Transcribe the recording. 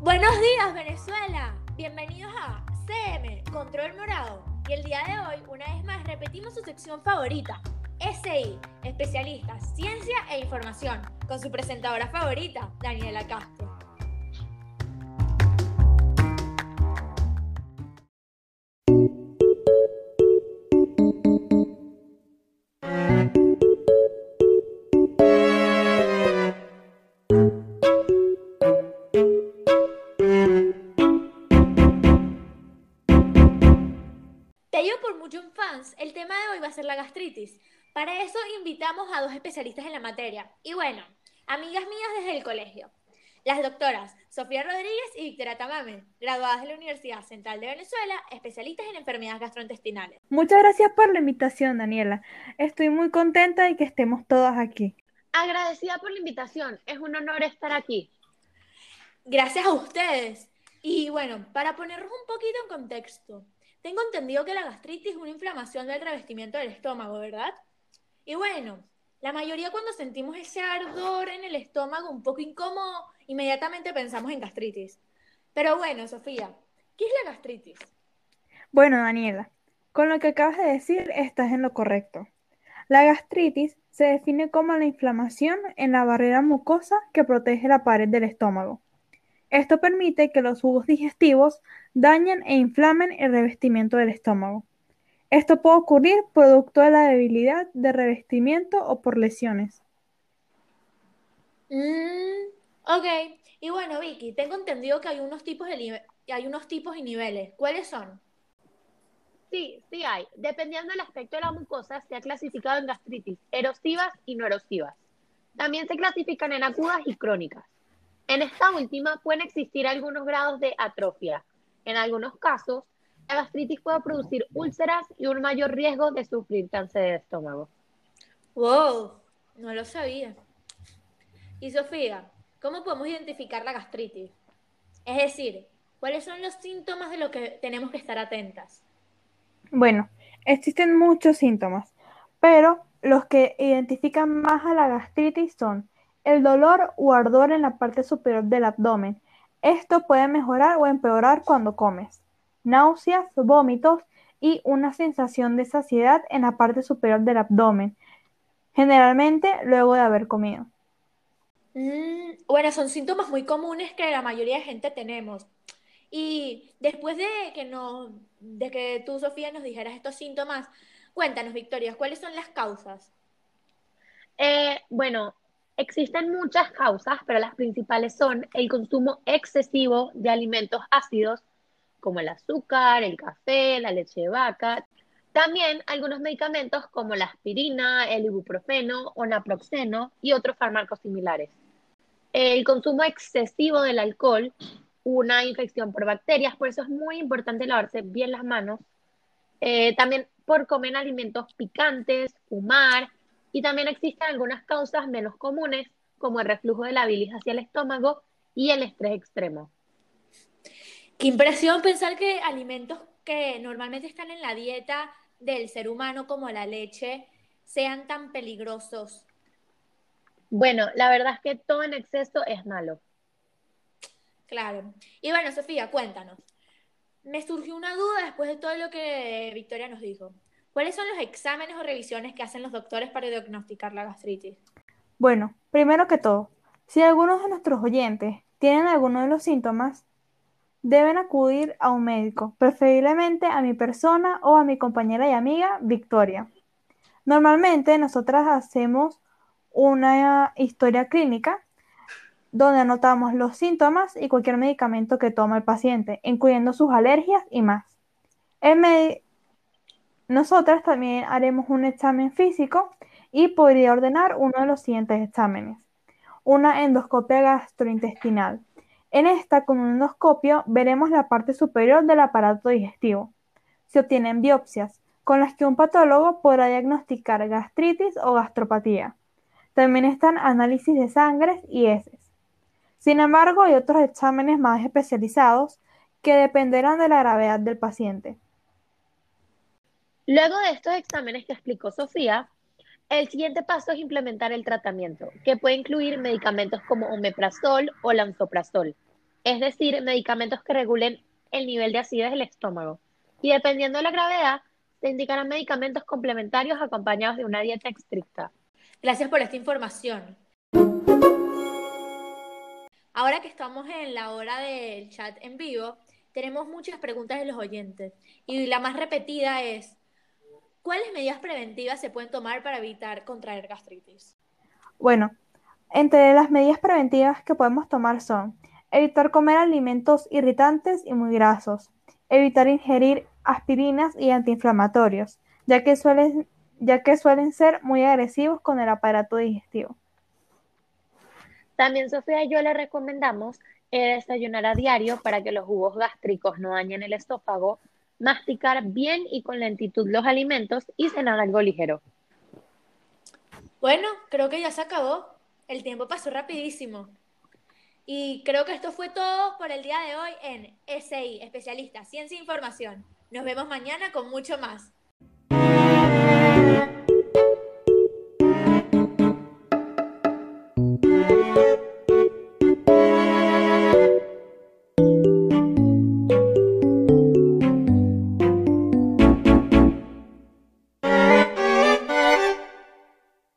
Buenos días, Venezuela. Bienvenidos a CM, Control Morado. Y el día de hoy, una vez más, repetimos su sección favorita, SI, especialistas, ciencia e información, con su presentadora favorita, Daniela Castro. Pedido por muchos fans, el tema de hoy va a ser la gastritis. Para eso invitamos a dos especialistas en la materia. Y bueno, amigas mías desde el colegio. Las doctoras Sofía Rodríguez y Victoria Tamame, graduadas de la Universidad Central de Venezuela, especialistas en enfermedades gastrointestinales. Muchas gracias por la invitación, Daniela. Estoy muy contenta de que estemos todas aquí. Agradecida por la invitación, es un honor estar aquí. Gracias a ustedes. Y bueno, para ponernos un poquito en contexto, tengo entendido que la gastritis es una inflamación del revestimiento del estómago, ¿verdad? Y bueno, la mayoría cuando sentimos ese ardor en el estómago un poco incómodo, inmediatamente pensamos en gastritis. Pero bueno, Sofía, ¿qué es la gastritis? Bueno, Daniela, con lo que acabas de decir estás en lo correcto. La gastritis se define como la inflamación en la barrera mucosa que protege la pared del estómago. Esto permite que los jugos digestivos dañen e inflamen el revestimiento del estómago. Esto puede ocurrir producto de la debilidad de revestimiento o por lesiones. Ok. Y bueno, Vicky, tengo entendido que hay unos tipos y niveles. ¿Cuáles son? Sí hay. Dependiendo del aspecto de la mucosa, se ha clasificado en gastritis erosivas y no erosivas. También se clasifican en agudas y crónicas. En esta última pueden existir algunos grados de atrofia. En algunos casos, la gastritis puede producir úlceras y un mayor riesgo de sufrir cáncer de estómago. Wow, no lo sabía. Y Sofía, ¿cómo podemos identificar la gastritis? Es decir, ¿cuáles son los síntomas de los que tenemos que estar atentas? Bueno, existen muchos síntomas, pero los que identifican más a la gastritis son el dolor o ardor en la parte superior del abdomen. Esto puede mejorar o empeorar cuando comes. Náuseas, vómitos y una sensación de saciedad en la parte superior del abdomen, generalmente luego de haber comido. Bueno, son síntomas muy comunes que la mayoría de gente tenemos. Y después de que tú, Sofía, nos dijeras estos síntomas, cuéntanos, Victoria, ¿cuáles son las causas? Bueno, existen muchas causas, pero las principales son el consumo excesivo de alimentos ácidos, como el azúcar, el café, la leche de vaca. También algunos medicamentos como la aspirina, el ibuprofeno o naproxeno y otros fármacos similares. El consumo excesivo del alcohol, una infección por bacterias, por eso es muy importante lavarse bien las manos. También por comer alimentos picantes, fumar, y también existen algunas causas menos comunes, como el reflujo de la bilis hacia el estómago y el estrés extremo. Qué impresión pensar que alimentos que normalmente están en la dieta del ser humano, como la leche, sean tan peligrosos. Bueno, la verdad es que todo en exceso es malo. Claro. Y bueno, Sofía, cuéntanos. Me surgió una duda después de todo lo que Victoria nos dijo. ¿Cuáles son los exámenes o revisiones que hacen los doctores para diagnosticar la gastritis? Bueno, primero que todo, si algunos de nuestros oyentes tienen alguno de los síntomas, deben acudir a un médico, preferiblemente a mi persona o a mi compañera y amiga Victoria. Normalmente nosotras hacemos una historia clínica donde anotamos los síntomas y cualquier medicamento que toma el paciente, incluyendo sus alergias y más. Nosotras también haremos un examen físico y podría ordenar uno de los siguientes exámenes. Una endoscopia gastrointestinal. En esta, con un endoscopio, veremos la parte superior del aparato digestivo. Se obtienen biopsias, con las que un patólogo podrá diagnosticar gastritis o gastropatía. También están análisis de sangre y heces. Sin embargo, hay otros exámenes más especializados que dependerán de la gravedad del paciente. Luego de estos exámenes que explicó Sofía, el siguiente paso es implementar el tratamiento, que puede incluir medicamentos como omeprazol o lansoprazol. es decir, medicamentos que regulen el nivel de acidez del estómago. Y dependiendo de la gravedad, se indicarán medicamentos complementarios acompañados de una dieta estricta. Gracias por esta información. Ahora que estamos en la hora del chat en vivo, tenemos muchas preguntas de los oyentes. Y la más repetida es, ¿cuáles medidas preventivas se pueden tomar para evitar contraer gastritis? Bueno, entre las medidas preventivas que podemos tomar son evitar comer alimentos irritantes y muy grasos, evitar ingerir aspirinas y antiinflamatorios, ya que suelen ser muy agresivos con el aparato digestivo. También Sofía y yo le recomendamos desayunar a diario para que los jugos gástricos no dañen el esófago, masticar bien y con lentitud los alimentos y cenar algo ligero. Bueno, creo que ya se acabó. El tiempo pasó rapidísimo. Y creo que esto fue todo por el día de hoy en SI, Especialista, Ciencia e Información. Nos vemos mañana con mucho más.